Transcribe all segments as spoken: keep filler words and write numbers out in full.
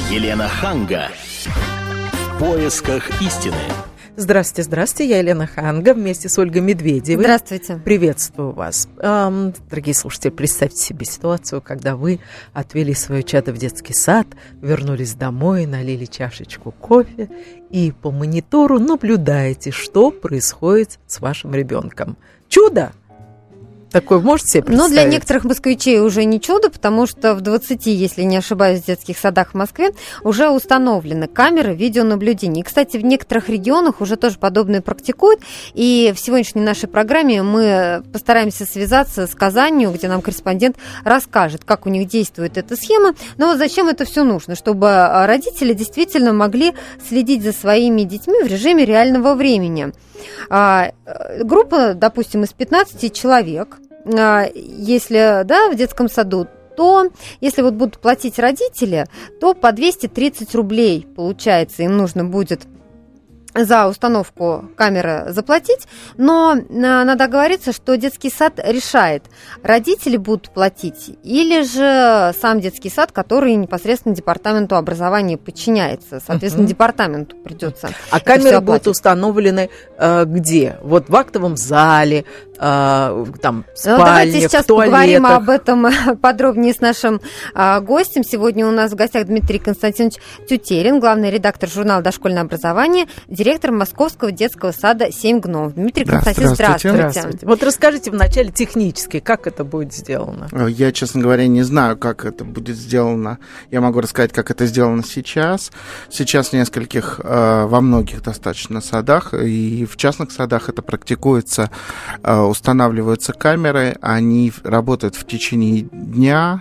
Елена Ханга. В поисках истины. Здравствуйте, здравствуйте, я Елена Ханга вместе с Ольгой Медведевой. Здравствуйте. Приветствую вас. Эм, дорогие слушатели, представьте себе ситуацию, когда вы отвели свое чадо в детский сад, вернулись домой, налили чашечку кофе и по монитору наблюдаете, что происходит с вашим ребенком. Чудо! Такое можете себе представить? Ну, для некоторых москвичей уже не чудо, потому что в двадцати, если не ошибаюсь, в детских садах в Москве уже установлены камеры видеонаблюдения. И, кстати, в некоторых регионах уже тоже подобное практикуют. И в сегодняшней нашей программе мы постараемся связаться с Казанью, где нам корреспондент расскажет, как у них действует эта схема. Но вот зачем это все нужно? Чтобы родители действительно могли следить за своими детьми в режиме реального времени. Группа, допустим, из пятнадцати человек, если, да, в детском саду, то если вот будут платить родители, то по двести тридцать рублей, получается, им нужно будет за установку камеры заплатить, но надо оговориться, что детский сад решает, родители будут платить или же сам детский сад, который непосредственно департаменту образования подчиняется, соответственно, uh-huh. департаменту придется. А камеры будут установлены э, где? Вот в актовом зале, э, там, в спальне, ну, давайте сейчас в туалетах. Поговорим об этом подробнее с нашим э, гостем. Сегодня у нас в гостях Дмитрий Константинович Тютерин, главный редактор журнала «Дошкольное образование», директор Московского детского сада «Семь гномов». Дмитрий да, Константинович, здравствуйте. здравствуйте. Вот расскажите вначале технически, как это будет сделано. Я, честно говоря, не знаю, как это будет сделано. Я могу рассказать, как это сделано сейчас. Сейчас в нескольких, во многих достаточно садах, и в частных садах это практикуется. Устанавливаются камеры, они работают в течение дня,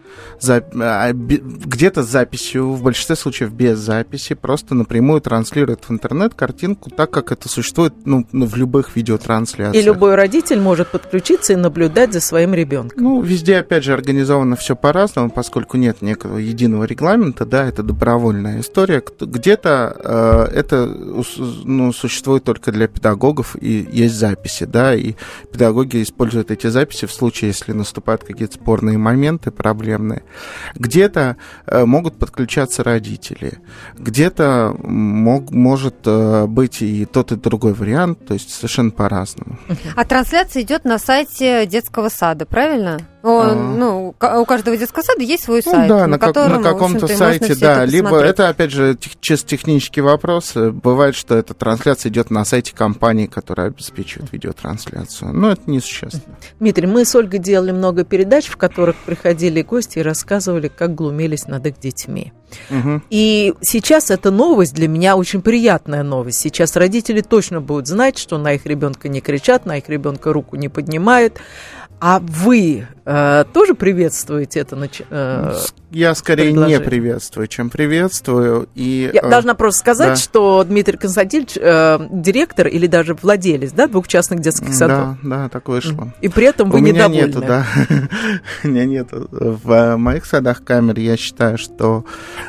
где-то с записью, в большинстве случаев без записи, просто напрямую транслирует в интернет картинку так, как это существует ну, в любых видеотрансляциях. И любой родитель может подключиться и наблюдать за своим ребенком. Ну, везде, опять же, организовано все по-разному, поскольку нет некого единого регламента, да, это добровольная история. Где-то э, это ну, существует только для педагогов, и есть записи, да, и педагоги используют эти записи в случае, если наступают какие-то спорные моменты, проблемные. Где-то э, могут подключаться родители, где-то мог, может э, быть и тот, и другой вариант, то есть совершенно по-разному. А трансляция идет на сайте детского сада, правильно? О, а... Ну, у каждого детского сада есть свой сайт, ну, да, на, на котором, на каком-то сайте, да, это либо это, опять же, тех, чисто технический вопрос. Бывает, что эта трансляция идет на сайте компании, которая обеспечивает видеотрансляцию. Но это несущественно. Дмитрий, мы с Ольгой делали много передач, в которых приходили гости и рассказывали, как глумились над их детьми. Угу. И сейчас эта новость для меня очень приятная новость. Сейчас родители точно будут знать, что на их ребенка не кричат, на их ребенка руку не поднимают. А вы э, тоже приветствуете это? Э, Я скорее не приветствую, чем приветствую. И, Я э, должна просто сказать, да. что Дмитрий Константинович э, директор или даже владелец, да, двух частных детских садов. Да, да, так вышло. И при этом вы У меня недовольны. Нету, да. У меня нету. В моих садах камер я считаю, что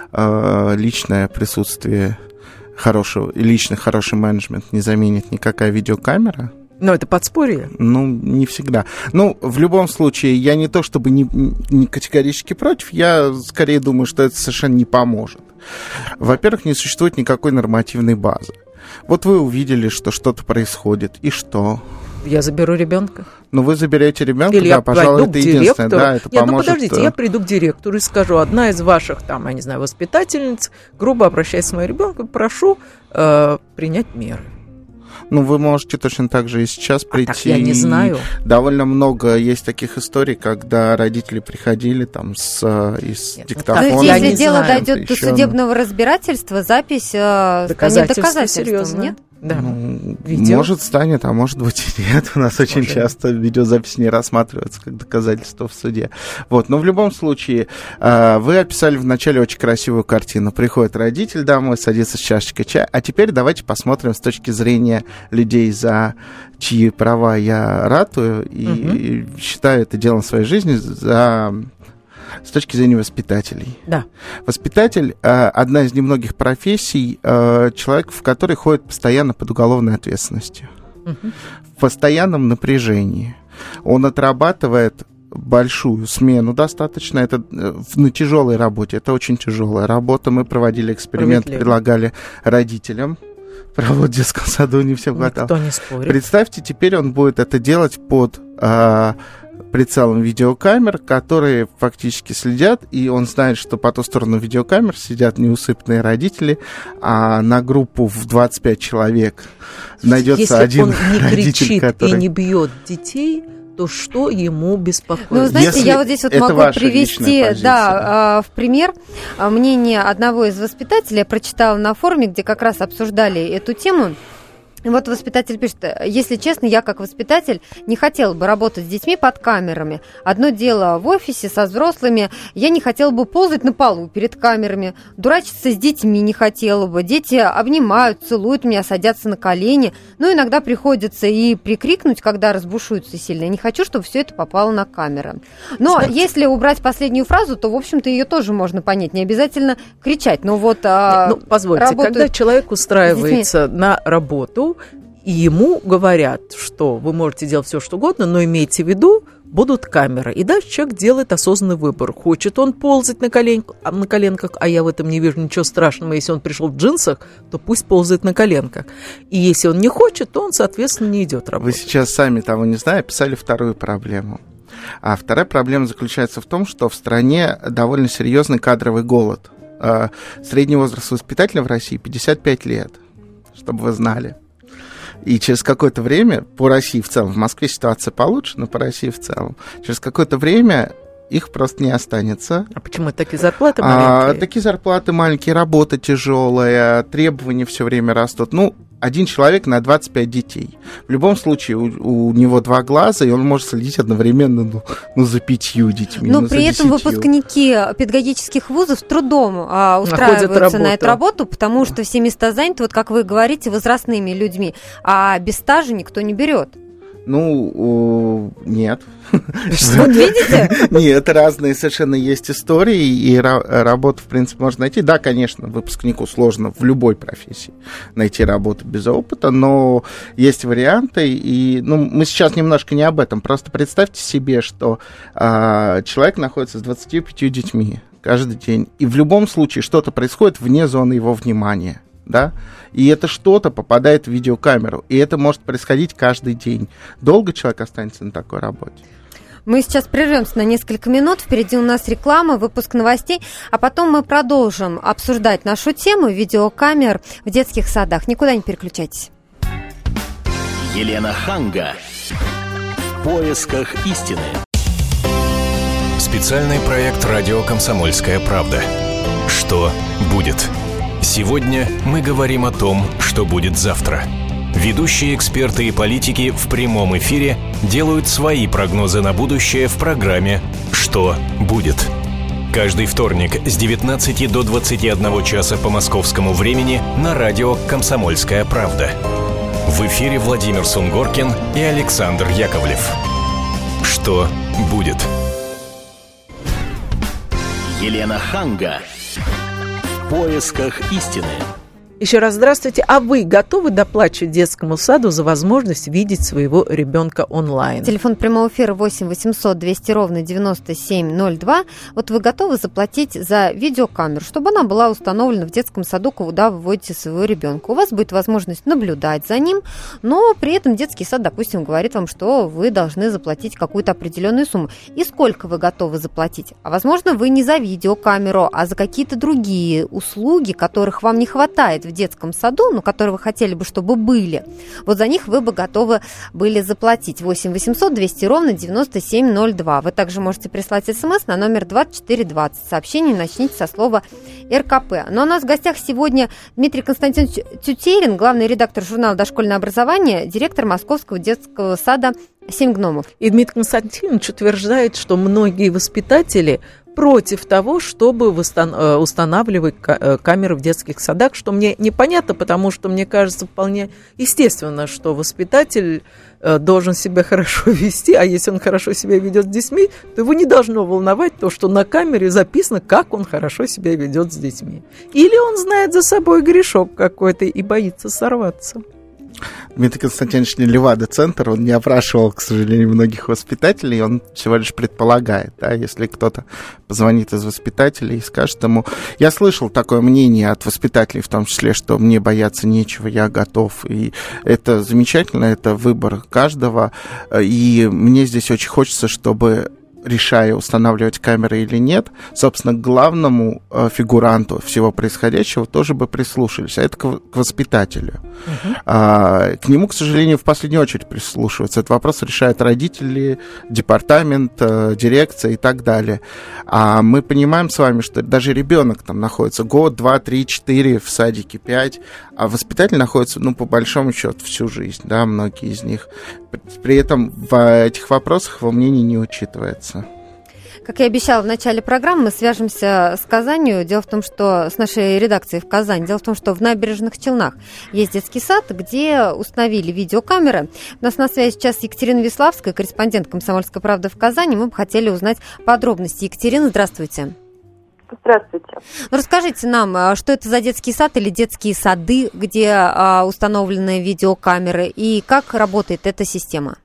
э, личное присутствие хорошего, личный хороший менеджмент не заменит никакая видеокамера. Но это подспорье? Ну, не всегда. Ну, в любом случае, я не то чтобы не, не категорически против, я скорее думаю, что это совершенно не поможет. Во-первых, не существует никакой нормативной базы. Вот вы увидели, что что-то происходит, и что? Я заберу ребенка. Ну, вы заберете ребенка, Или да, я пожалуй, это единственное, да, это Нет, поможет. ну подождите, я приду к директору и скажу, одна из ваших, там, я не знаю, воспитательниц грубо обращаясь с моим ребенком, прошу э, принять меры. Ну, вы можете точно так же и сейчас прийти. А так я не знаю. Довольно много есть таких историй, когда родители приходили там с, из Нет, диктофона. Ну, если дело знаю, дойдет до судебного разбирательства, запись станет доказательством, нет? Да. Ну, может, станет, а может быть и нет. У нас очень может. часто видеозапись не рассматривается как доказательство в суде. Вот. Но в любом случае, вы описали вначале очень красивую картину. Приходит родитель домой, садится с чашечкой чая. А теперь давайте посмотрим с точки зрения людей, за чьи права я ратую, и, угу. и считаю это делом своей жизни, за... с точки зрения воспитателей. Да. Воспитатель э, – одна из немногих профессий, э, человек, в который ходит постоянно под уголовной ответственностью. Угу. В постоянном напряжении. Он отрабатывает большую смену достаточно. Это на тяжелой работе. Это очень тяжелая работа. Мы проводили эксперимент, предлагали родителям провод в детском саду, не всем хватало. Никто не спорит. Представьте, теперь он будет это делать под а, прицелом видеокамер, которые фактически следят, и он знает, что по ту сторону видеокамер сидят неусыпные родители, а на группу в двадцать пять человек найдется Если один он не родитель, кричит который... и не бьет детей, то что ему беспокоит? Ну, знаете, Если я вот здесь вот могу привести, да, в пример мнение одного из воспитателей. Я прочитала на форуме, где как раз обсуждали эту тему. Вот воспитатель пишет: если честно, я как воспитатель не хотела бы работать с детьми под камерами. Одно дело в офисе со взрослыми. Я не хотела бы ползать на полу перед камерами. Дурачиться с детьми не хотела бы. Дети обнимают, целуют меня, садятся на колени. Ну, иногда приходится и прикрикнуть, когда разбушуются сильно. Я не хочу, чтобы все это попало на камеры. Но Смотрите. Если убрать последнюю фразу, то, в общем-то, ее тоже можно понять. Не обязательно кричать. Но вот... Ну, позвольте, когда человек устраивается на работу, и ему говорят, что вы можете делать все, что угодно, но имейте в виду, будут камеры. И дальше человек делает осознанный выбор. Хочет он ползать на, колен... на коленках, а я в этом не вижу ничего страшного. Если он пришел в джинсах, то пусть ползает на коленках. И если он не хочет, то он, соответственно, не идет работать. Вы сейчас сами того не зная, описали вторую проблему. А вторая проблема заключается в том, что в стране довольно серьезный кадровый голод. Средний возраст воспитателя в России пятьдесят пять лет, чтобы вы знали. И через какое-то время, по России в целом, в Москве ситуация получше, но по России в целом, через какое-то время их просто не останется. А почему такие зарплаты маленькие? А, такие зарплаты маленькие, работа тяжелая, требования все время растут. Ну, один человек на двадцать пять детей. В любом случае, у, у него два глаза, и он может следить одновременно ну, ну, за пятью детьми. Но ну, при этом выпускники педагогических вузов трудом а, устраиваются на эту работу, потому что все места заняты, вот как вы говорите, возрастными людьми, а без стажа никто не берет. Ну, нет. Что, видите? Нет, разные совершенно есть истории, и работу, в принципе, можно найти. Да, конечно, выпускнику сложно в любой профессии найти работу без опыта, но есть варианты, и ну, мы сейчас немножко не об этом. Просто представьте себе, что а, человек находится с двадцатью пятью детьми каждый день, и в любом случае что-то происходит вне зоны его внимания. Да? И это что-то попадает в видеокамеру, и это может происходить каждый день. Долго человек останется на такой работе? Мы сейчас прервемся на несколько минут, впереди у нас реклама, выпуск новостей, а потом мы продолжим обсуждать нашу тему видеокамер в детских садах. Никуда не переключайтесь. Елена Ханга. В поисках истины. Специальный проект «Радио Комсомольская правда». Что будет? Сегодня мы говорим о том, что будет завтра. Ведущие эксперты и политики в прямом эфире делают свои прогнозы на будущее в программе «Что будет?». Каждый вторник с девятнадцати до двадцати одного часа по московскому времени на радио «Комсомольская правда». В эфире Владимир Сунгоркин и Александр Яковлев. Что будет? Елена Ханга. В поисках истины. Еще раз здравствуйте. А вы готовы доплачивать детскому саду за возможность видеть своего ребенка онлайн? Телефон прямого эфира восемь восемьсот двести ровно девяносто семь ноль два. Вот вы готовы заплатить за видеокамеру, чтобы она была установлена в детском саду, куда вы вводите своего ребенка. У вас будет возможность наблюдать за ним, но при этом детский сад, допустим, говорит вам, что вы должны заплатить какую-то определенную сумму. И сколько вы готовы заплатить? А возможно, вы не за видеокамеру, а за какие-то другие услуги, которых вам не хватает в детском саду, но которые вы хотели бы, чтобы были, вот за них вы бы готовы были заплатить. восемь восемьсот двести ровно девяносто семь ноль два. Вы также можете прислать смс на номер двадцать четыре двадцать. Сообщение начните со слова эр ка пэ. Но у нас в гостях сегодня Дмитрий Константинович Тютерин, главный редактор журнала «Дошкольное образование», директор Московского детского сада «Семь гномов». И Дмитрий Константинович утверждает, что многие воспитатели против того, чтобы устанавливать камеры в детских садах, что мне непонятно, потому что мне кажется вполне естественно, что воспитатель должен себя хорошо вести, а если он хорошо себя ведет с детьми, то его не должно волновать то, что на камере записано, как он хорошо себя ведет с детьми. Или он знает за собой грешок какой-то и боится сорваться. Дмитрий Константинович не Левада-центр, он не опрашивал, к сожалению, многих воспитателей, он всего лишь предполагает, да, если кто-то позвонит из воспитателей и скажет ему... Я слышал такое мнение от воспитателей, в том числе, что мне бояться нечего, я готов, и это замечательно, это выбор каждого, и мне здесь очень хочется, чтобы... решая, устанавливать камеры или нет, собственно, к главному э, фигуранту всего происходящего тоже бы прислушались, а это к, к воспитателю. Uh-huh. А, к нему, к сожалению, в последнюю очередь прислушиваются. Этот вопрос решают родители, департамент, э, дирекция и так далее. А мы понимаем с вами, что даже ребенок там находится год, два, три, четыре, в садике пять, а воспитатель находится, ну, по большому счету, всю жизнь, да, многие из них. При этом в этих вопросах его мнение не учитывается. Как я обещала в начале программы, мы свяжемся с Казанью. Дело в том, что с нашей редакцией в Казани. Дело в том, что в Набережных Челнах есть детский сад, где установили видеокамеры. У нас на связи сейчас Екатерина Веславская, корреспондент «Комсомольской правды» в Казани. Мы бы хотели узнать подробности. Екатерина, здравствуйте. Здравствуйте. Ну, расскажите нам, что это за детский сад или детские сады, где а, установлены видеокамеры, и как работает эта система?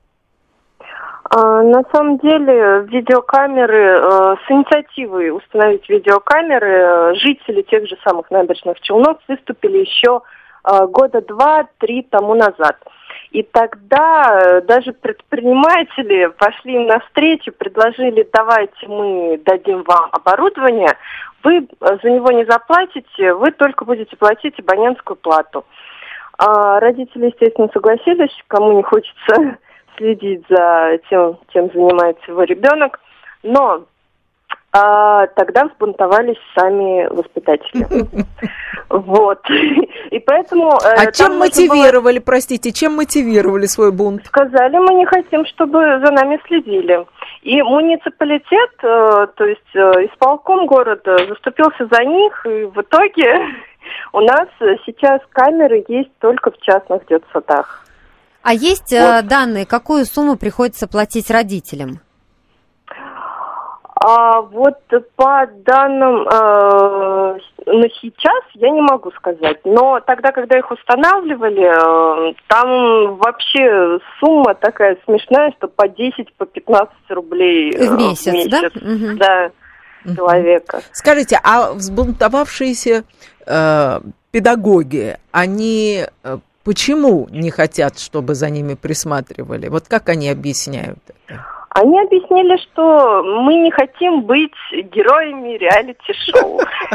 А, на самом деле, видеокамеры, а, с инициативой установить видеокамеры, жители тех же самых Набережных Челнов выступили еще а, года два-три тому назад. И тогда даже предприниматели пошли им навстречу, предложили: давайте мы дадим вам оборудование, вы за него не заплатите, вы только будете платить абонентскую плату. А родители, естественно, согласились, кому не хочется следить за тем, чем занимается его ребенок, но а, тогда взбунтовались сами воспитатели. Вот. И поэтому... А чем мотивировали, было... простите, чем мотивировали свой бунт? Сказали, мы не хотим, чтобы за нами следили. И муниципалитет, то есть исполком города, заступился за них, и в итоге у нас сейчас камеры есть только в частных детсадах. А есть вот. данные, какую сумму приходится платить родителям? А вот по данным э, на сейчас я не могу сказать. Но тогда, когда их устанавливали, э, там вообще сумма такая смешная, что по десять, по пятнадцать рублей э, в месяц, в месяц, да? Да, угу. человека. Скажите, а взбунтовавшиеся э, педагоги, они э, почему не хотят, чтобы за ними присматривали? Вот как они объясняют это? Они объяснили, что мы не хотим быть героями реалити-шоу.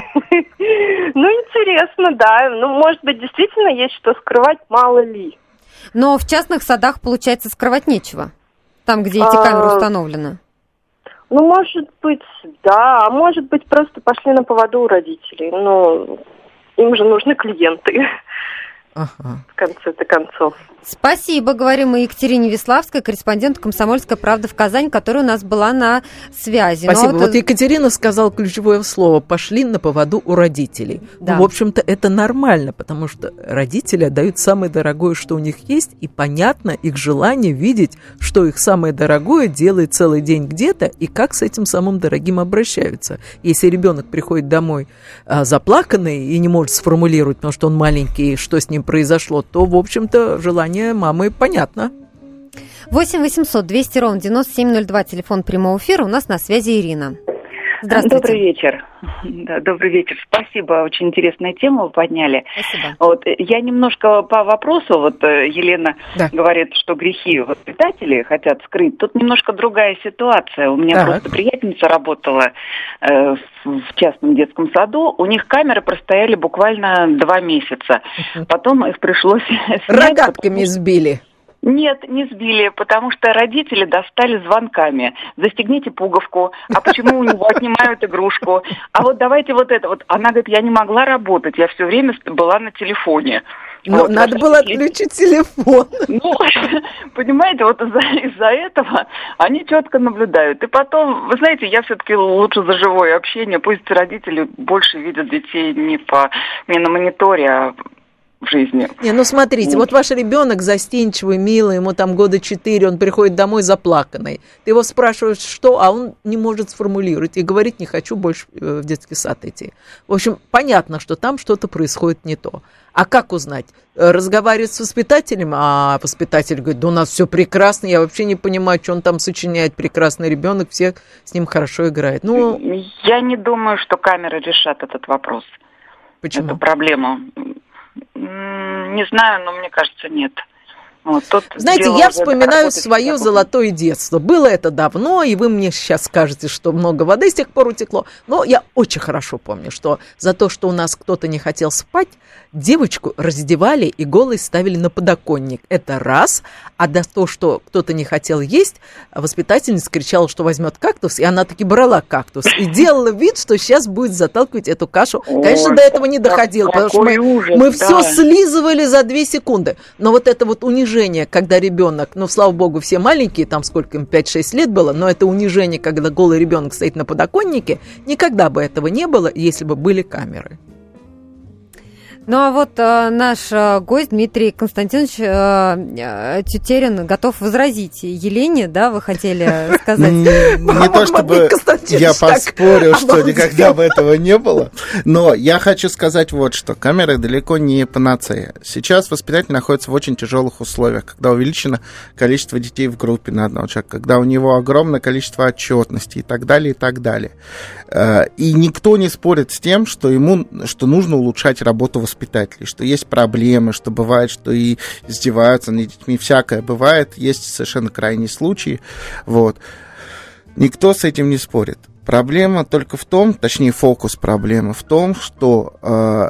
Ну, интересно, да. Ну, может быть, действительно есть что скрывать, мало ли. Но в частных садах, получается, скрывать нечего. Там, где эти камеры установлены. Ну, может быть, да. А может быть, просто пошли на поводу у родителей. Ну, им же нужны клиенты. Ага. В конце-то концов. Спасибо, говорим мы Екатерине Веславской, корреспонденту «Комсомольской правды» в Казани, которая у нас была на связи. Спасибо. Вот, вот Екатерина сказала ключевое слово: пошли на поводу у родителей. Да. Ну, в общем-то, это нормально, потому что родители отдают самое дорогое, что у них есть, и понятно их желание видеть, что их самое дорогое делает целый день где-то, и как с этим самым дорогим обращаются. Если ребенок приходит домой а, заплаканный и не может сформулировать, потому что он маленький, что с ним произошло, то, в общем-то, желание мамы понятно. восемь восемьсот двести ровно девяносто семь ноль два, телефон прямого эфира. У нас на связи Ирина. Здравствуйте. Добрый вечер. Да, добрый вечер. Спасибо, очень интересная тема вы подняли. Спасибо. Вот, я немножко по вопросу, вот Елена да. говорит, что грехи воспитатели хотят скрыть. Тут немножко другая ситуация. У меня так. просто приятельница работала э, в частном детском саду. У них камеры простояли буквально два месяца. Потом их пришлось снять. Рогатками сбили. Нет, не сбили, потому что родители достали звонками. Застегните пуговку. А почему у него отнимают игрушку? А вот давайте вот это вот. Она говорит, я не могла работать, я все время была на телефоне. Ну, вот, надо было отключить телефон. Ну, понимаете, вот из-за, из-за этого они четко наблюдают. И потом, вы знаете, я все-таки лучше за живое общение. Пусть родители больше видят детей не по не на мониторе, а в жизни. Не, ну смотрите, вот, вот ваш ребенок застенчивый, милый, ему там года четыре, он приходит домой заплаканный. Ты его спрашиваешь, что, а он не может сформулировать и говорит, не хочу больше в детский сад идти. В общем, понятно, что там что-то происходит не то. А как узнать? Разговаривать с воспитателем, а воспитатель говорит, да у нас все прекрасно, я вообще не понимаю, что он там сочиняет, прекрасный ребенок, все с ним хорошо играют. Ну, я не думаю, что камеры решат этот вопрос. Почему? Эту проблему. Не знаю, но мне кажется, нет. Вот, знаете, я вспоминаю свое золотое детство. Было это давно, и вы мне сейчас скажете, что много воды с тех пор утекло. Но я очень хорошо помню, что за то, что у нас кто-то не хотел спать, девочку раздевали и голой ставили на подоконник. Это раз. А за то, что кто-то не хотел есть, воспитательница кричала, что возьмет кактус, и она таки брала кактус. И делала вид, что сейчас будет заталкивать эту кашу. Конечно, Ой, до этого не доходило, потому что мы, ужас, мы да. все слизывали за две секунды. Но вот это вот унижение, когда ребенок, ну, слава богу, все маленькие, там сколько им, пять-шесть лет было, но это унижение, когда голый ребенок стоит на подоконнике, никогда бы этого не было, если бы были камеры. Ну, а вот э, наш э, гость Дмитрий Константинович э, Тютерин готов возразить Елене, да, вы хотели сказать? Не то чтобы я поспорил, что никогда бы этого не было, но я хочу сказать вот что. Камеры далеко не панацея. Сейчас воспитатель находится в очень тяжелых условиях, когда увеличено количество детей в группе на одного человека, когда у него огромное количество отчетности и так далее, и так далее. И никто не спорит с тем, что ему, что нужно улучшать работу воспитателя. Воспитателей, что есть проблемы, что бывает, что и издеваются над детьми, всякое бывает, есть совершенно крайние случаи, вот. Никто с этим не спорит. Проблема только в том, точнее фокус проблемы в том, что э,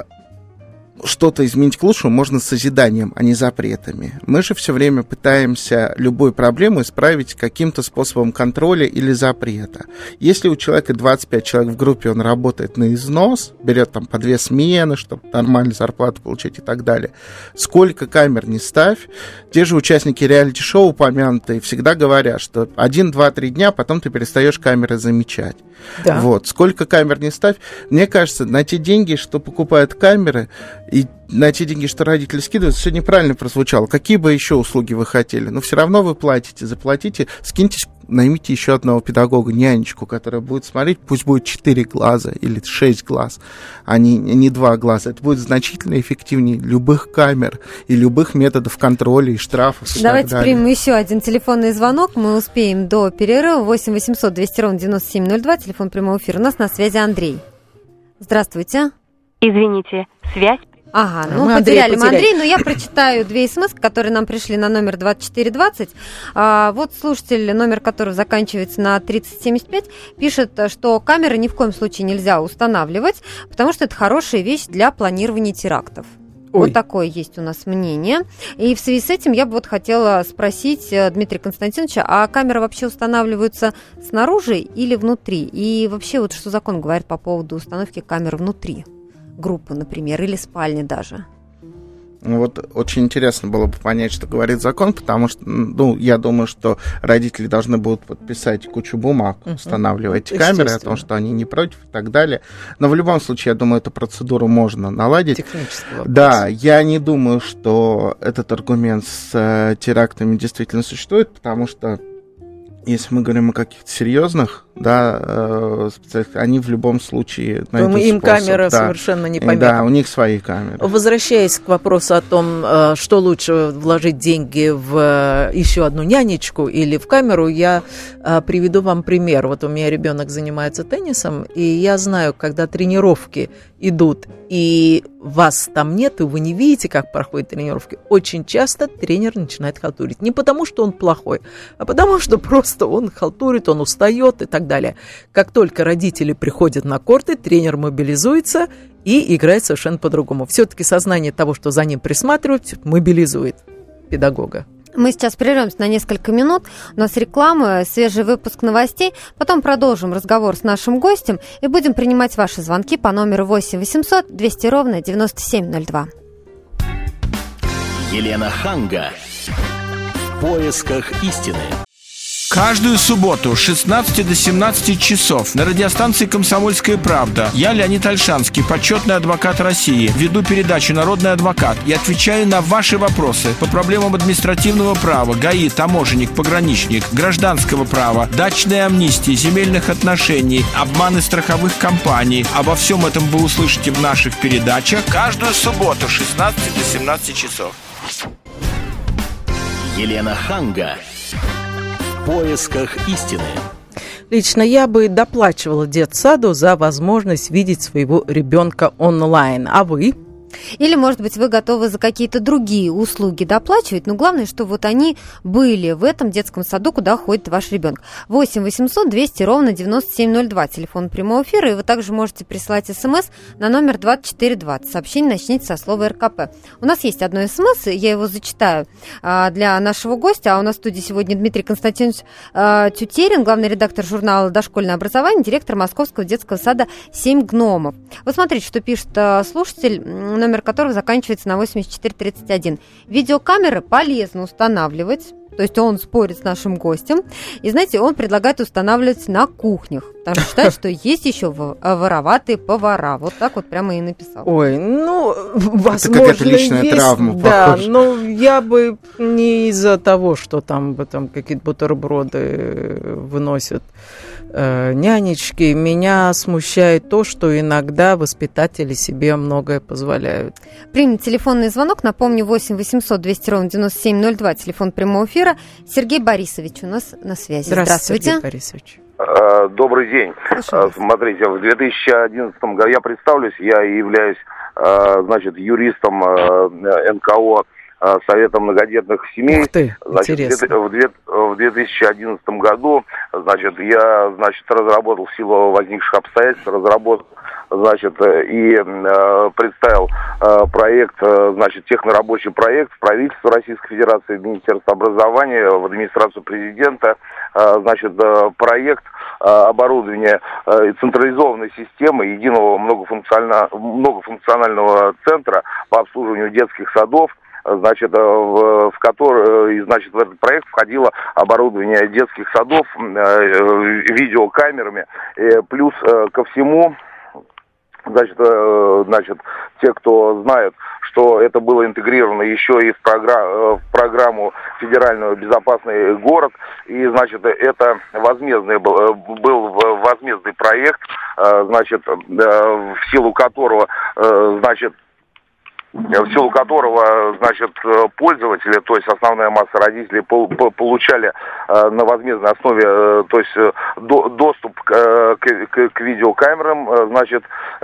что-то изменить к лучшему можно созиданием, а не запретами. Мы же все время пытаемся любую проблему исправить каким-то способом контроля или запрета. Если у человека двадцать пять человек в группе, он работает на износ, берет там по две смены, чтобы нормальную зарплату получить и так далее. Сколько камер не ставь, те же участники реалити-шоу упомянутые всегда говорят, что один, два, три дня, потом ты перестаешь камеры замечать. Да. Вот. Сколько камер не ставь, мне кажется, на те деньги, что покупают камеры, и на те деньги, что родители скидывают, все неправильно прозвучало. Какие бы еще услуги вы хотели? Но все равно вы платите, заплатите, скиньтесь, наймите еще одного педагога, нянечку, которая будет смотреть, пусть будет четыре глаза или шесть глаз, а не, не два глаза. Это будет значительно эффективнее любых камер и любых методов контроля и штрафов. И Давайте так далее. примем еще один телефонный звонок. Мы успеем до перерыва. восемь восемьсот двести ровно девяносто семь ноль два, телефон прямого эфира. У нас на связи Андрей. Здравствуйте. Извините, связь. Ага, ну мы потеряли мы Андрей, но я прочитаю две смс, которые нам пришли на номер двадцать четыре двадцать. А, вот слушатель, номер которого заканчивается на тридцать семьдесят пять, пишет, что камеры ни в коем случае нельзя устанавливать, потому что это хорошая вещь для планирования терактов. Ой. Вот такое есть у нас мнение. И в связи с этим я бы вот хотела спросить Дмитрия Константиновича, а камеры вообще устанавливаются снаружи или внутри? И вообще вот что закон говорит по поводу установки камер внутри группы, например, или спальни даже? Ну вот очень интересно было бы понять, что говорит закон, потому что, ну, я думаю, что родители должны будут подписать кучу бумаг, uh-huh. устанавливая эти камеры, о том, что они не против и так далее. Но в любом случае, я думаю, эту процедуру можно наладить. Технический вопрос. Да, я не думаю, что этот аргумент с э, терактами действительно существует, потому что если мы говорим о каких-то серьезных, да, э, они в любом случае найдут им способ. Камера да. совершенно не помеха. Да, у них свои камеры. Возвращаясь к вопросу о том, что лучше вложить деньги в еще одну нянечку или в камеру, я приведу вам пример. Вот у меня ребенок занимается теннисом, и я знаю, когда тренировки идут, и вас там нет, и вы не видите, как проходят тренировки, очень часто тренер начинает халтурить. Не потому, что он плохой, а потому, что просто он халтурит, он устает и так далее. Как только родители приходят на корты, тренер мобилизуется и играет совершенно по-другому. Все-таки сознание того, что за ним присматривают, мобилизует педагога. Мы сейчас прервемся на несколько минут. У нас реклама, свежий выпуск новостей. Потом продолжим разговор с нашим гостем и будем принимать ваши звонки по номеру восемь восемьсот двести ровно девяносто семь ноль два. Елена Ханга. В поисках истины. Каждую субботу с шестнадцати до семнадцати часов на радиостанции «Комсомольская правда» я, Леонид Ольшанский, почетный адвокат России, веду передачу «Народный адвокат» и отвечаю на ваши вопросы по проблемам административного права, ГАИ, таможенник, пограничник, гражданского права, дачной амнистии, земельных отношений, обманы страховых компаний. Обо всем этом вы услышите в наших передачах каждую субботу с шестнадцати до семнадцати часов. Елена Ханга. В поисках истины. Лично я бы доплачивала детсаду за возможность видеть своего ребенка онлайн. А вы? Или, может быть, вы готовы за какие-то другие услуги доплачивать, но главное, что вот они были в этом детском саду, куда ходит ваш ребенок. восемь восемьсот двести ровно девяносто семь ноль два, телефон прямого эфира, и вы также можете присылать смс на номер двадцать четыре двадцать. Сообщение начните со слова эр ка пэ. У нас есть одно смс, я его зачитаю для нашего гостя, а у нас в студии сегодня Дмитрий Константинович Тютерин, главный редактор журнала «Дошкольное образование», директор Московского детского сада «Семь гномов». Вот смотрите, что пишет слушатель, номер которого заканчивается на восемьдесят четыре тридцать один. Видеокамеры полезно устанавливать, то есть он спорит с нашим гостем, и, знаете, он предлагает устанавливать на кухнях, потому что считает, что есть еще вороватые повара. Вот так вот прямо и написал. Ой, ну, возможно, это какая-то личная есть, травма, да, похоже. но я бы не из-за того, что там, там какие-то бутерброды выносят э, нянечки, меня смущает то, что иногда воспитатели себе многое позволяют. Примем телефонный звонок, напомню, восемь восемьсот двести ровно девяносто семь ноль два, телефон прямого эфира. Сергей Борисович у нас на связи. Здравствуйте, Здравствуйте. Сергей Борисович. Добрый день. Слушаю. Смотрите, в две тысячи одиннадцатом году, я представлюсь, я являюсь, значит, юристом эн ка о Совета многодетных семей. Ух ты, значит, интересно. в две тысячи одиннадцатом году, значит, я, значит, разработал в силу возникших обстоятельств, разработал, значит, и э, представил э, проект, э, значит, технорабочий проект в правительство Российской Федерации, в Министерство образования, в администрацию президента, э, значит, э, проект э, оборудования э, централизованной системы единого многофункционального, многофункционального центра по обслуживанию детских садов, значит, в, в который, значит, в этот проект входило оборудование детских садов э, видеокамерами, э, плюс э, ко всему, значит, э, значит, те, кто знает, что это было интегрировано еще и в, програ- в программу федеральную «Безопасный город», и, значит, это возмездный был, был возмездный проект, э, значит, э, в силу которого, э, значит, в силу которого, значит, пользователи, то есть основная масса родителей, получали на возмездной основе, то есть доступ к, к, к видеокамерам, значит,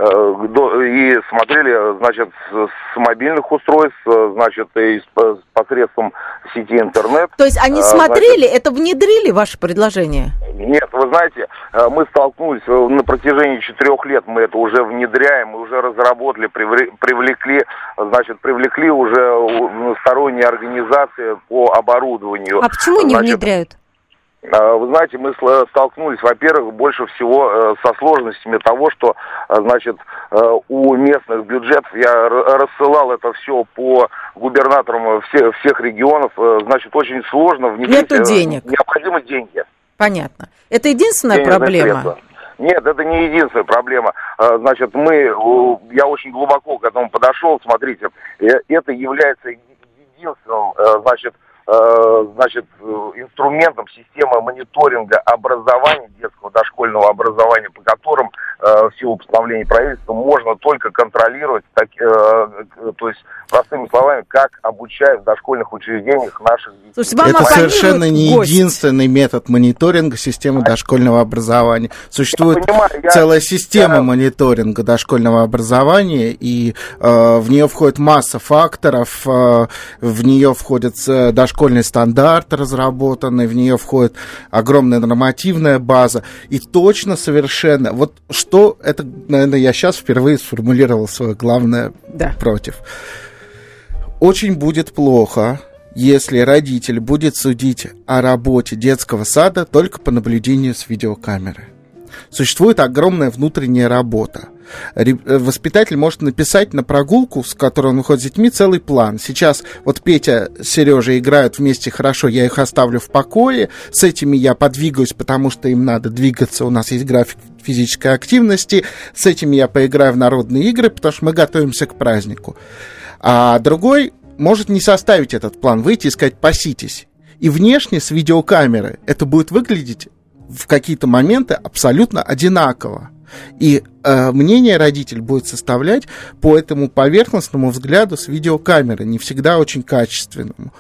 и смотрели, значит, с мобильных устройств, значит, и посредством сети интернет. То есть они смотрели, значит, это внедрили ваше предложение? Нет, вы знаете, мы столкнулись на протяжении четырех лет, мы это уже внедряем, мы уже разработали, привлекли, значит, привлекли уже сторонние организации по оборудованию. А почему не значит, внедряют? Вы знаете, мы столкнулись, во-первых, больше всего со сложностями того, что, значит, у местных бюджетов, я рассылал это все по губернаторам всех, всех регионов, значит, очень сложно внедрить. Нету денег. Необходимы деньги. Понятно. Это единственная Денежные проблема? Средства. Нет, это не единственная проблема. Значит, мы, я очень глубоко к этому подошел. Смотрите, это является единственным, значит, значит, инструментом системы мониторинга образования, детского дошкольного образования, по которым в силу постановлений правительства можно только контролировать, так, то есть, простыми словами, как обучают в дошкольных учреждениях наших детей. Слушайте, вам это совершенно не гость. единственный метод мониторинга системы дошкольного образования. Существует понимаю, я, целая система я... мониторинга дошкольного образования, и э, в нее входит масса факторов, э, в нее входит э, дошкольный стандарт разработанный, в нее входит огромная нормативная база, и точно совершенно, вот что, это, наверное, я сейчас впервые сформулировал свое главное да. против. Очень будет плохо, если родитель будет судить о работе детского сада только по наблюдению с видеокамеры. Существует огромная внутренняя работа. Воспитатель может написать на прогулку, с которой он выходит с детьми, целый план. Сейчас вот Петя с Сережей играют вместе хорошо, я их оставлю в покое, с этими я подвигаюсь, потому что им надо двигаться, у нас есть график физической активности, с этими я поиграю в народные игры, потому что мы готовимся к празднику. А другой может не составить этот план, выйти и сказать «паситесь». И внешне с видеокамеры это будет выглядеть в какие-то моменты абсолютно одинаково. И э, мнение родитель будет составлять по этому поверхностному взгляду с видеокамеры, не всегда очень качественному.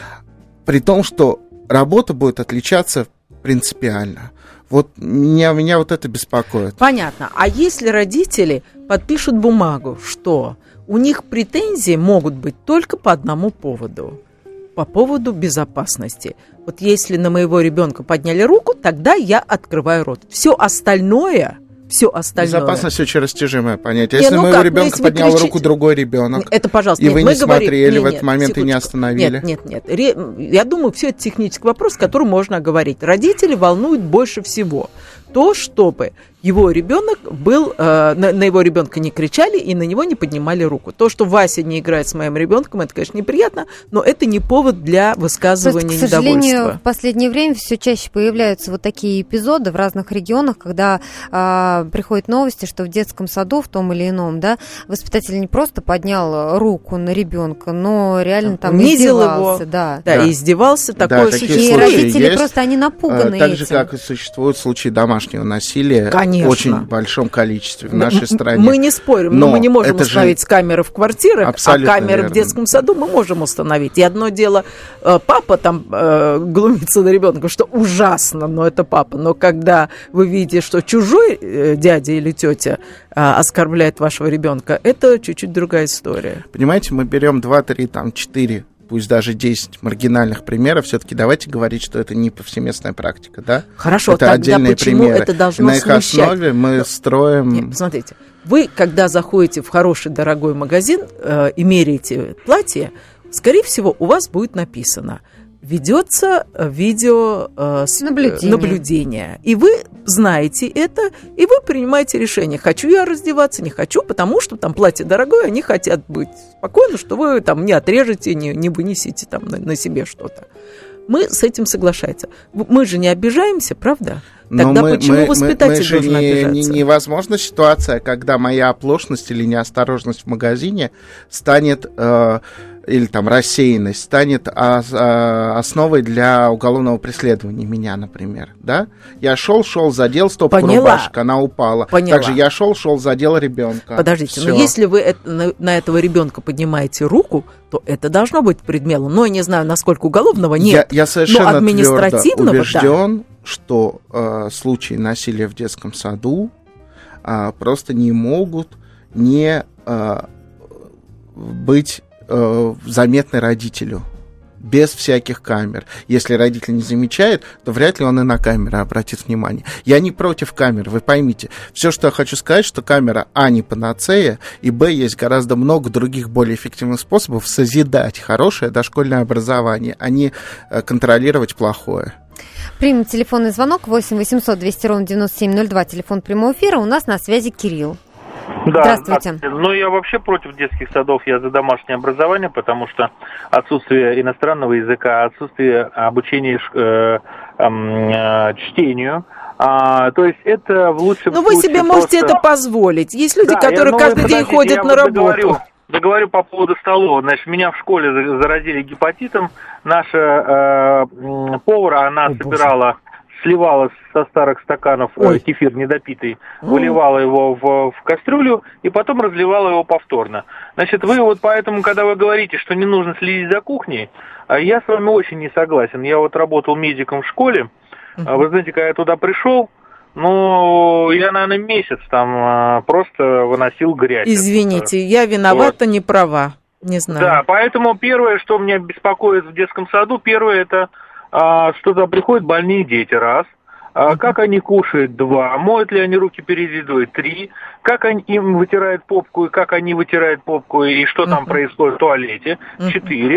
При том, что работа будет отличаться принципиально. Вот меня, меня вот это беспокоит. Понятно. А если родители подпишут бумагу, что у них претензии могут быть только по одному поводу? По поводу безопасности. Вот если на моего ребенка подняли руку, тогда я открываю рот. Все остальное, все остальное. Безопасность очень растяжимое понятие. Если не, ну на моего как? ребенка ну, поднял кричите... руку другой ребенок, это, пожалуйста, и нет, вы мы не говорим... смотрели нет, в этот нет, момент секундочку. и не остановили. Нет, нет, нет. Я думаю, все это технический вопрос, который можно говорить. Родители волнуют больше всего то, чтобы его ребенок был, э, на, на его ребенка не кричали и на него не поднимали руку. То, что Вася не играет с моим ребенком, это, конечно, неприятно, но это не повод для высказывания недовольства. К сожалению, в последнее время все чаще появляются вот такие эпизоды в разных регионах, когда э, приходят новости, что в детском саду, в том или ином, да, воспитатель не просто поднял руку на ребенка, но реально там унизил издевался. Его, да. да, да, издевался. Такое да, существует. И родители есть, просто, они напуганы так этим. же, как и существуют случаи домашнего насилия. Конечно. В очень большом количестве в нашей стране. Мы не спорим, но, но мы не можем установить же... камеры в квартирах, а камеры верно. в детском саду мы можем установить. И одно дело, папа там э, глумится на ребенка, что ужасно, но это папа. Но когда вы видите, что чужой э, дядя или тетя э, оскорбляет вашего ребенка, это чуть-чуть другая история. Понимаете, мы берем два, три, там, четыре, пусть даже десять маргинальных примеров, все-таки давайте говорить, что это не повсеместная практика, да? Хорошо, это тогда отдельные почему примеры. это должно И на их смущать? основе мы Но, строим... Нет, посмотрите, вы, когда заходите в хороший, дорогой магазин э, и меряете платье, скорее всего, у вас будет написано: ведется видео э, с, наблюдение. наблюдение. И вы знаете это, и вы принимаете решение, хочу я раздеваться, не хочу, потому что там платье дорогое, они хотят быть спокойны, что вы там не отрежете, не, не вынесите там на, на себе что-то. Мы с этим соглашаемся. Мы же не обижаемся, правда? Тогда мы, почему мы, воспитатель мы, мы должен не, обижаться? Не, невозможна ситуация, когда моя оплошность или неосторожность в магазине станет... Э, или там рассеянность станет основой для уголовного преследования меня, например, да? Я шел, шел, задел стопку рубашек, она упала. Поняла. Также я шел, шел, задел ребенка. Подождите, Всё. но если вы это, на, на этого ребенка поднимаете руку, то это должно быть предметом. Но я не знаю, насколько уголовного нет. Я, я совершенно но административного, убежден, да. что э, случаи насилия в детском саду э, просто не могут не э, быть заметны родителю, без всяких камер. Если родитель не замечает, то вряд ли он и на камеры обратит внимание. Я не против камер, вы поймите. Все, что я хочу сказать, что камера, а, не панацея, и, б, есть гораздо много других более эффективных способов созидать хорошее дошкольное образование, а не контролировать плохое. Примем телефонный звонок восемь восемьсот двести ровно девяносто семь ноль два, телефон прямого эфира. У нас на связи Кирилл. Да, здравствуйте. Ну, я вообще против детских садов, я за домашнее образование, потому что отсутствие иностранного языка, отсутствие обучения э, э, чтению, а, то есть это в лучшем случае... Ну, вы себе просто... можете это позволить. Есть люди, да, которые я, ну, каждый день ходят на работу. Договорю, договорю по поводу столовой. Значит, меня в школе заразили гепатитом. Наша э, повар, она Ой, собирала... Боже. Сливала со старых стаканов Ой. кефир недопитый, выливала его в, в кастрюлю и потом разливала его повторно. Значит, вы вот поэтому, когда вы говорите, что не нужно следить за кухней, я с вами очень не согласен. Я вот работал медиком в школе, uh-huh. вы знаете, когда я туда пришел, ну, я, наверное, месяц там просто выносил грязь. Извините, я виновата, вот. Не права, не знаю. Да, поэтому первое, что меня беспокоит в детском саду, первое это... что туда приходят больные дети, раз. А как они кушают, два. Моют ли они руки перед едой, три. Как они, им вытирают попку, и как они вытирают попку, и что там происходит в туалете, четыре.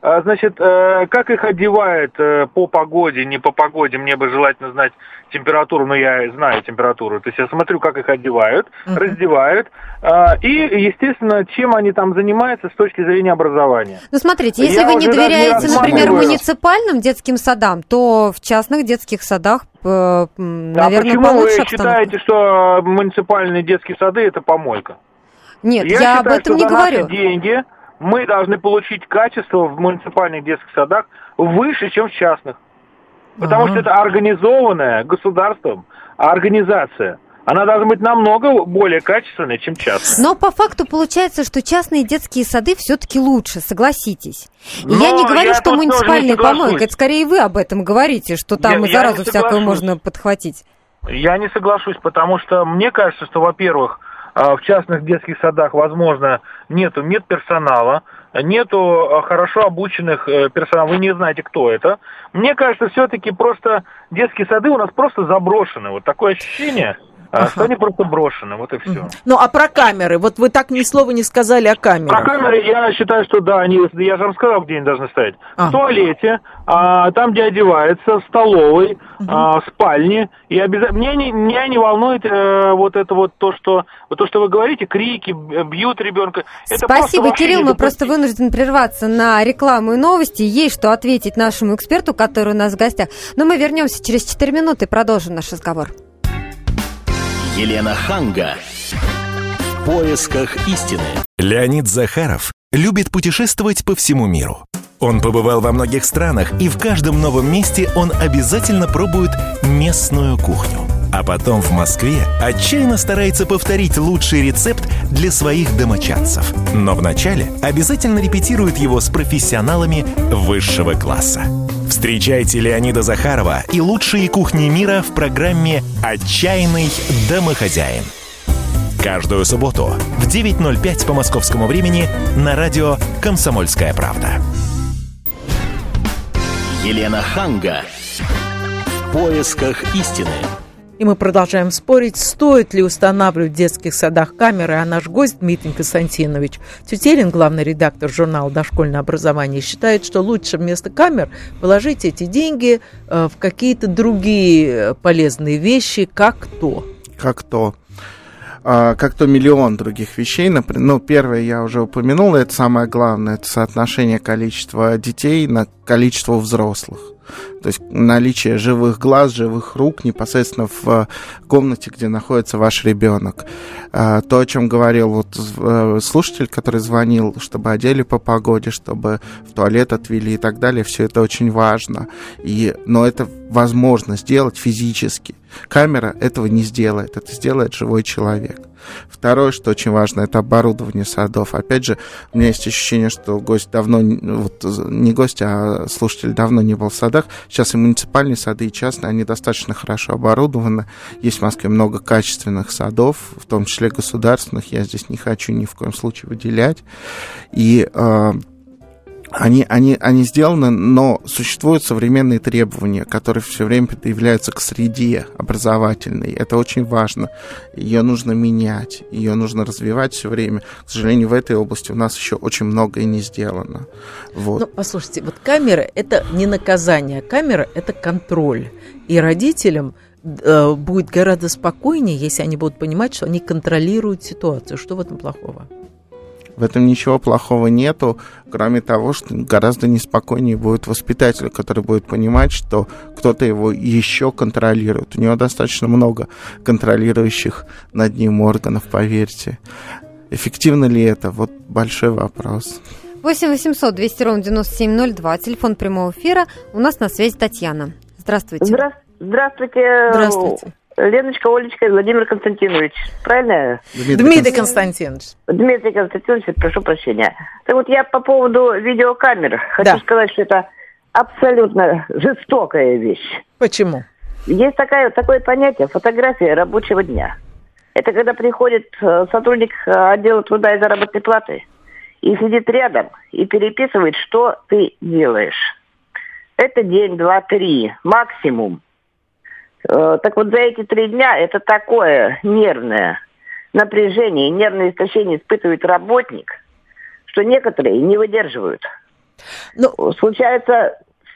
Значит, как их одевают по погоде, не по погоде, мне бы желательно знать температуру, но я знаю температуру. То есть я смотрю, как их одевают, uh-huh. раздевают, и, естественно, чем они там занимаются с точки зрения образования. Ну, смотрите, если я вы не доверяете, не например, муниципальным детским садам, то в частных детских садах, наверное, а почему получше вы обстановка? считаете, что муниципальные детские сады – это помойка? Нет, я, я считаю, об что этом не за говорю. Наши деньги мы должны получить качество в муниципальных детских садах выше, чем в частных. Потому ага. что это организованная государством организация. Она должна быть намного более качественной, чем частная. Но по факту получается, что частные детские сады все-таки лучше, согласитесь. И я не говорю, я что муниципальные помойки, это скорее вы об этом говорите, что там я, и заразу всякую можно подхватить. Я не соглашусь, потому что мне кажется, что, во-первых, в частных детских садах, возможно, нету медперсонала, нету хорошо обученных персонала, вы не знаете, кто это. Мне кажется, все-таки просто детские сады у нас просто заброшены. Вот такое ощущение, ага. что они просто брошены, вот и все. Uh-huh. Ну, а про камеры? Вот вы так ни слова не сказали о камерах. Про камеры я считаю, что да, они, я же вам сказал, где они должны стоять. А. В туалете, а, там, где одевается, в столовой, uh-huh. а, в спальне. И обязательно меня не, меня не волнует э, вот это вот то, что вот то, что вы говорите, крики, бьют ребенка. Это Спасибо, Кирилл, мы просто вынуждены прерваться на рекламу и новости. Есть что ответить нашему эксперту, который у нас в гостях. Но мы вернемся через четыре минуты и продолжим наш разговор. Елена Ханга. В поисках истины. Леонид Захаров любит путешествовать по всему миру. Он побывал во многих странах, и в каждом новом месте он обязательно пробует местную кухню. А потом в Москве отчаянно старается повторить лучший рецепт для своих домочадцев. Но вначале обязательно репетирует его с профессионалами высшего класса. Встречайте Леонида Захарова и лучшие кухни мира в программе «Отчаянный домохозяин». Каждую субботу в девять ноль пять по московскому времени на радио «Комсомольская правда». Елена Ханга. В поисках истины. И мы продолжаем спорить, стоит ли устанавливать в детских садах камеры, а наш гость Дмитрий Константинович Тютелин, главный редактор журнала «Дошкольное образование», считает, что лучше вместо камер положить эти деньги в какие-то другие полезные вещи, как то. Как то. Как то миллион других вещей. Например, ну, первое я уже упомянул, это самое главное, это соотношение количества детей на количество взрослых. То есть наличие живых глаз, живых рук непосредственно в комнате, где находится ваш ребенок. То, о чем говорил вот слушатель, который звонил, чтобы одели по погоде, чтобы в туалет отвели и так далее, все это очень важно. И, но это возможно сделать физически. Камера этого не сделает, это сделает живой человек. Второе, что очень важно, это оборудование садов. Опять же, у меня есть ощущение, что гость давно, вот не гость, а слушатель давно не был в садах. Сейчас и муниципальные сады, и частные, они достаточно хорошо оборудованы. Есть в Москве много качественных садов, в том числе государственных. Я здесь не хочу ни в коем случае выделять. И э, Они, они, они сделаны, но существуют современные требования, которые все время предъявляются к среде образовательной. Это очень важно. Ее нужно менять, ее нужно развивать все время. К сожалению, в этой области у нас еще очень многое не сделано. Вот. Ну, послушайте, вот камера – это не наказание, камера – это контроль. И родителям э, будет гораздо спокойнее, если они будут понимать, что они контролируют ситуацию. Что в этом плохого? В этом ничего плохого нету, кроме того, что гораздо неспокойнее будет воспитателю, который будет понимать, что кто-то его еще контролирует. У него достаточно много контролирующих над ним органов, поверьте. Эффективно ли это? Вот большой вопрос. восемь восемьсот двести ровно девяносто семь ноль два, телефон прямого эфира. У нас на связи Татьяна. Здравствуйте. Здра- Здравствуйте. Здравствуйте. Леночка, Олечка и Владимир Константинович. Правильно? Дмитрий, Дмитрий Константинович. Дмитрий Константинович, прошу прощения. Так вот, я по поводу видеокамер хочу да. сказать, что это абсолютно жестокая вещь. Почему? Есть такая, такое понятие фотография рабочего дня. Это когда приходит сотрудник отдела труда и заработной платы и сидит рядом и переписывает, что ты делаешь. Это день, два, три, максимум. Так вот, за эти три дня это такое нервное напряжение, нервное истощение испытывает работник, что некоторые не выдерживают. Но... Случаются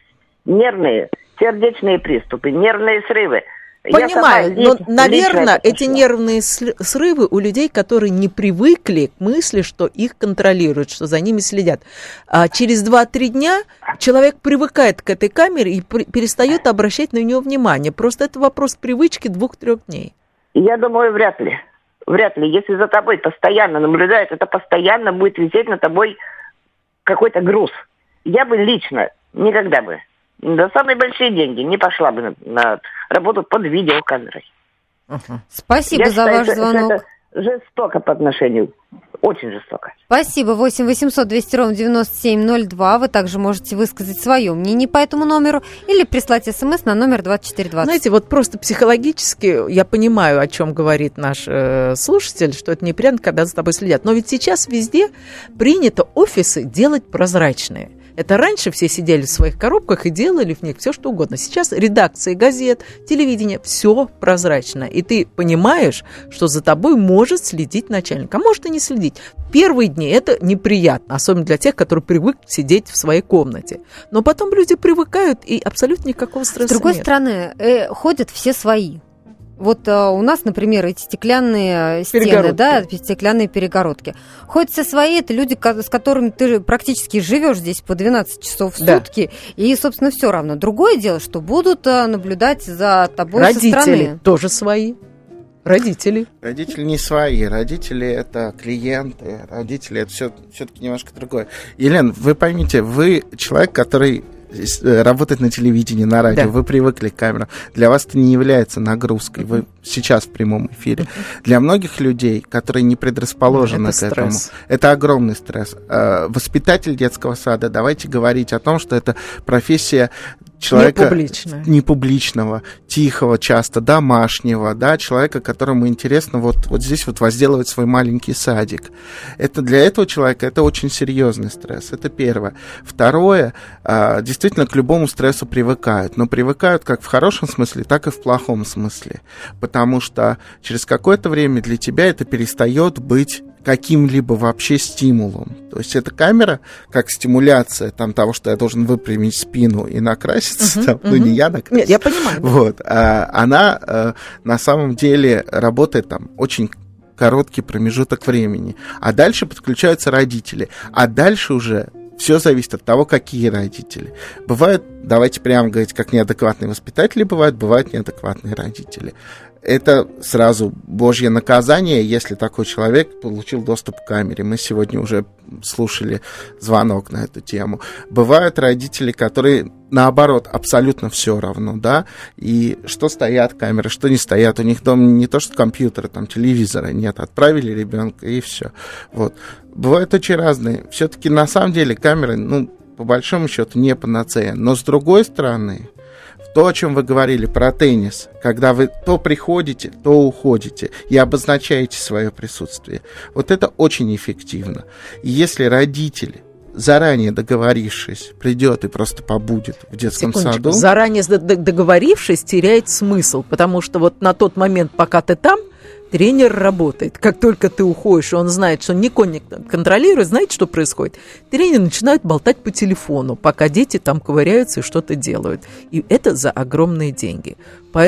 нервные, сердечные приступы, нервные срывы. Понимаю, но, наверное, эти нервные срывы у людей, которые не привыкли к мысли, что их контролируют, что за ними следят. А через два-три дня человек привыкает к этой камере и перестает обращать на нее внимание. Просто это вопрос привычки двух-трех дней. Я думаю, вряд ли. Вряд ли. Если за тобой постоянно наблюдают, это постоянно будет висеть на тобой какой-то груз. Я бы лично никогда бы за самые большие деньги не пошла бы на, на работу под видеокамерой. Uh-huh. Спасибо Я за считаю, ваш что, звонок. Что это жестоко по отношению, очень жестоко. Спасибо. восемь восемьсот двести ровно девяносто семь ноль два. Вы также можете высказать свое мнение по этому номеру или прислать смс на номер двадцать четыре двадцать. Знаете, вот просто психологически я понимаю, о чем говорит наш э, слушатель, что это неприятно, когда за тобой следят. Но ведь сейчас везде принято офисы делать прозрачные. Это раньше все сидели в своих коробках и делали в них все, что угодно. Сейчас редакции газет, телевидение, все прозрачно. И ты понимаешь, что за тобой может следить начальник. А может и не следить. Первые дни это неприятно, особенно для тех, которые привыкли сидеть в своей комнате. Но потом люди привыкают, и абсолютно никакого стресса нет. С другой нет. стороны, э, ходят все свои. Вот а, у нас, например, эти стеклянные стены, да, стеклянные перегородки. Ходят все свои, это люди, с которыми ты практически живешь здесь по двенадцать часов в да. сутки, и, собственно, все равно. Другое дело, что будут а, наблюдать за тобой Родители со стороны. Родители тоже свои. Родители. Родители не свои, родители это клиенты, родители это все, все-таки немножко другое. Елена, вы поймите, вы человек, который работает на телевидении, на радио, да. Вы привыкли к камерам. Для вас это не является нагрузкой. Вы сейчас в прямом эфире. Uh-huh. Для многих людей, которые не предрасположены это к этому, стресс. Это огромный стресс. Воспитатель детского сада, давайте говорить о том, что это профессия человека непубличного, тихого, часто домашнего, да, человека, которому интересно вот, вот здесь вот возделывать свой маленький садик. Это для этого человека это очень серьезный стресс. Это первое. Второе, действительно к любому стрессу привыкают, но привыкают как в хорошем смысле, так и в плохом смысле, потому что через какое-то время для тебя это перестает быть каким-либо вообще стимулом. То есть эта камера, как стимуляция там, того, что я должен выпрямить спину и накраситься, uh-huh, там, uh-huh. ну не я накраситься. Нет, я понимаю. Вот, а, она а, на самом деле работает там очень короткий промежуток времени. А дальше подключаются родители. А дальше уже все зависит от того, какие родители. Бывают, давайте прямо говорить, как неадекватные воспитатели бывают, бывают неадекватные родители. Это сразу божье наказание, если такой человек получил доступ к камере. Мы сегодня уже слушали звонок на эту тему. Бывают родители, которые, наоборот, абсолютно все равно, да, и что стоят камеры, что не стоят. У них дома не то, что компьютера, там, телевизора нет. Отправили ребенка, и все. Вот. Бывают очень разные. Все-таки, на самом деле, камеры, ну, по большому счету, не панацея. Но, с другой стороны, то, о чем вы говорили про теннис, когда вы то приходите, то уходите и обозначаете свое присутствие, вот это очень эффективно. И если родители, заранее договорившись, придет и просто побудет в детском Секундочку. саду... Заранее договорившись, теряет смысл, потому что вот на тот момент, пока ты там, тренер работает. Как только ты уходишь, он знает, что никто не контролирует, знаете, что происходит? Тренер начинает болтать по телефону, пока дети там ковыряются и что-то делают. И это за огромные деньги.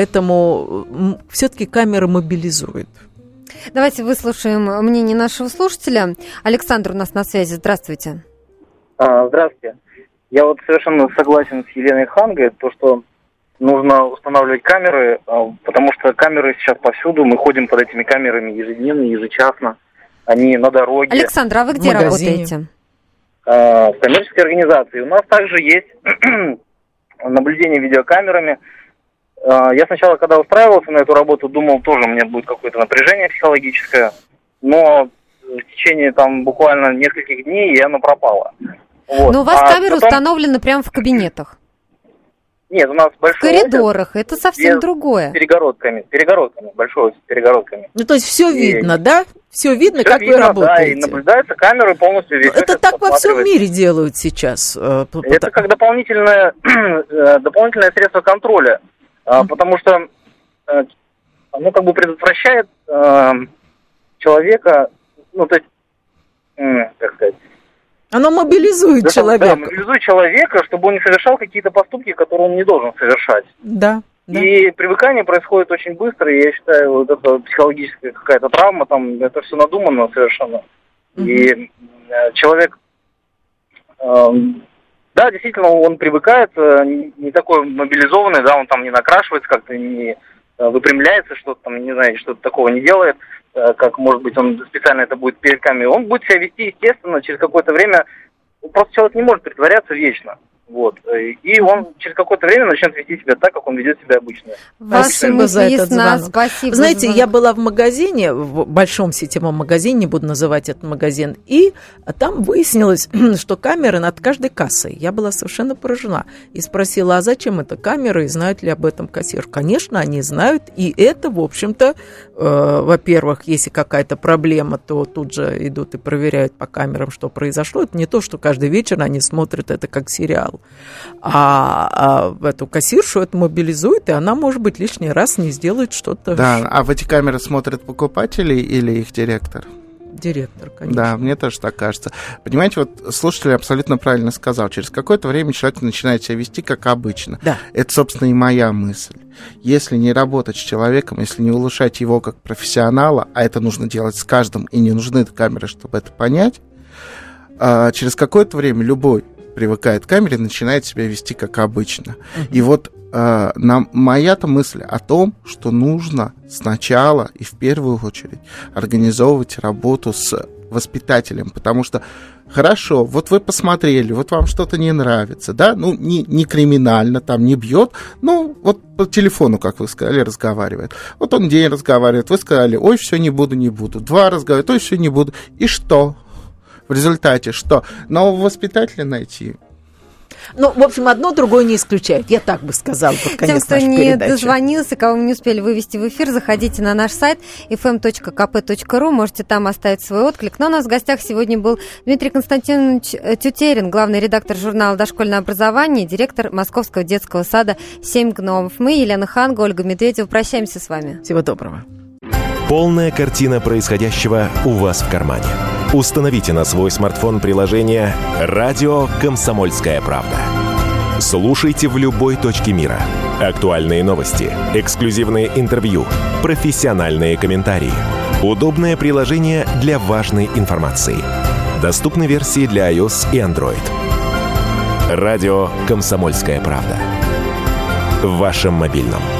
Поэтому все-таки камера мобилизует. Давайте выслушаем мнение нашего слушателя. Александр у нас на связи. Здравствуйте. А, здравствуйте. Я вот совершенно согласен с Еленой Хангой, то, что нужно устанавливать камеры, потому что камеры сейчас повсюду, мы ходим под этими камерами ежедневно, ежечасно, они на дороге. Александр, а вы где работаете? В коммерческой организации. У нас также есть наблюдение видеокамерами. Я сначала, когда устраивался на эту работу, думал, тоже у меня будет какое-то напряжение психологическое, но в течение там буквально нескольких дней и оно пропало. Вот. Но у вас а камеры потом... установлены прямо в кабинетах? Нет, у нас большой в коридорах, офис, это совсем другое. С перегородками, перегородками, большой офис с перегородками. Ну, то есть все и... видно, да? Все видно, все как видно, вы работаете. Да, и наблюдаются камеры полностью. Весь это так во всем мире делают сейчас. Это как дополнительное, дополнительное средство контроля, mm-hmm. потому что оно как бы предотвращает человека, ну, то есть, как сказать, Оно мобилизует да, человека. Да, мобилизует человека, чтобы он не совершал какие-то поступки, которые он не должен совершать. Да. Да. И привыкание происходит очень быстро, и я считаю, вот это психологическая какая-то травма, там, это все надумано совершенно. Mm-hmm. И э, человек, э, да, действительно, он привыкает, э, не, не такой мобилизованный, да, он там не накрашивается как-то, не э, выпрямляется, что-то там, не знаю, что-то такого не делает, э, как, может быть, он специально это будет перед камерой. Он будет себя вести, естественно, через какое-то время, просто человек не может притворяться вечно. Вот. И он через какое-то время начнет вести себя так, как он ведет себя обычно. Спасибо за этот звонок. Спасибо. Знаете, я была в магазине, в большом сетевом магазине, не буду называть этот магазин, и там выяснилось, что камеры над каждой кассой. Я была совершенно поражена. И спросила, а зачем эта камера, и знают ли об этом кассир? Конечно, они знают, и это, в общем-то, э, во-первых, если какая-то проблема, то тут же идут и проверяют по камерам, что произошло. Это не то, что каждый вечер они смотрят это как сериал. А, а эту кассиршу это мобилизует, и она, может быть, лишний раз не сделает что-то. Да, а в эти камеры смотрят покупатели или их директор? Директор, конечно. Да, мне тоже так кажется. Понимаете, вот слушатель абсолютно правильно сказал. Через какое-то время человек начинает себя вести как обычно. Да. Это, собственно, и моя мысль. Если не работать с человеком, если не улучшать его как профессионала, а это нужно делать с каждым, и не нужны камеры, чтобы это понять, через какое-то время любой привыкает к камере, начинает себя вести как обычно. Uh-huh. И вот э, нам, моя-то мысль о том, что нужно сначала и в первую очередь организовывать работу с воспитателем, потому что хорошо, вот вы посмотрели, вот вам что-то не нравится, да, ну, не, не криминально, там, не бьет, ну, вот по телефону, как вы сказали, разговаривает. Вот он день разговаривает, вы сказали, ой, все, не буду, не буду. Два разговаривает, ой, все, не буду. И что? В результате что? Нового воспитателя найти? Ну, в общем, одно другое не исключает. Я так бы сказала под конец Тем, кто не передачи. дозвонился, кого мы не успели вывести в эфир, заходите на наш сайт эф эм точка ка пэ точка ру, можете там оставить свой отклик. Но у нас в гостях сегодня был Дмитрий Константинович Тютерин, главный редактор журнала «Дошкольное образование», директор Московского детского сада «Семь гномов». Мы, Елена Ханга, Ольга Медведева, прощаемся с вами. Всего доброго. Полная картина происходящего у вас в кармане. Установите на свой смартфон приложение «Радио Комсомольская правда». Слушайте в любой точке мира. Актуальные новости, эксклюзивные интервью, профессиональные комментарии. Удобное приложение для важной информации. Доступны версии для iOS и Android. «Радио Комсомольская правда». В вашем мобильном.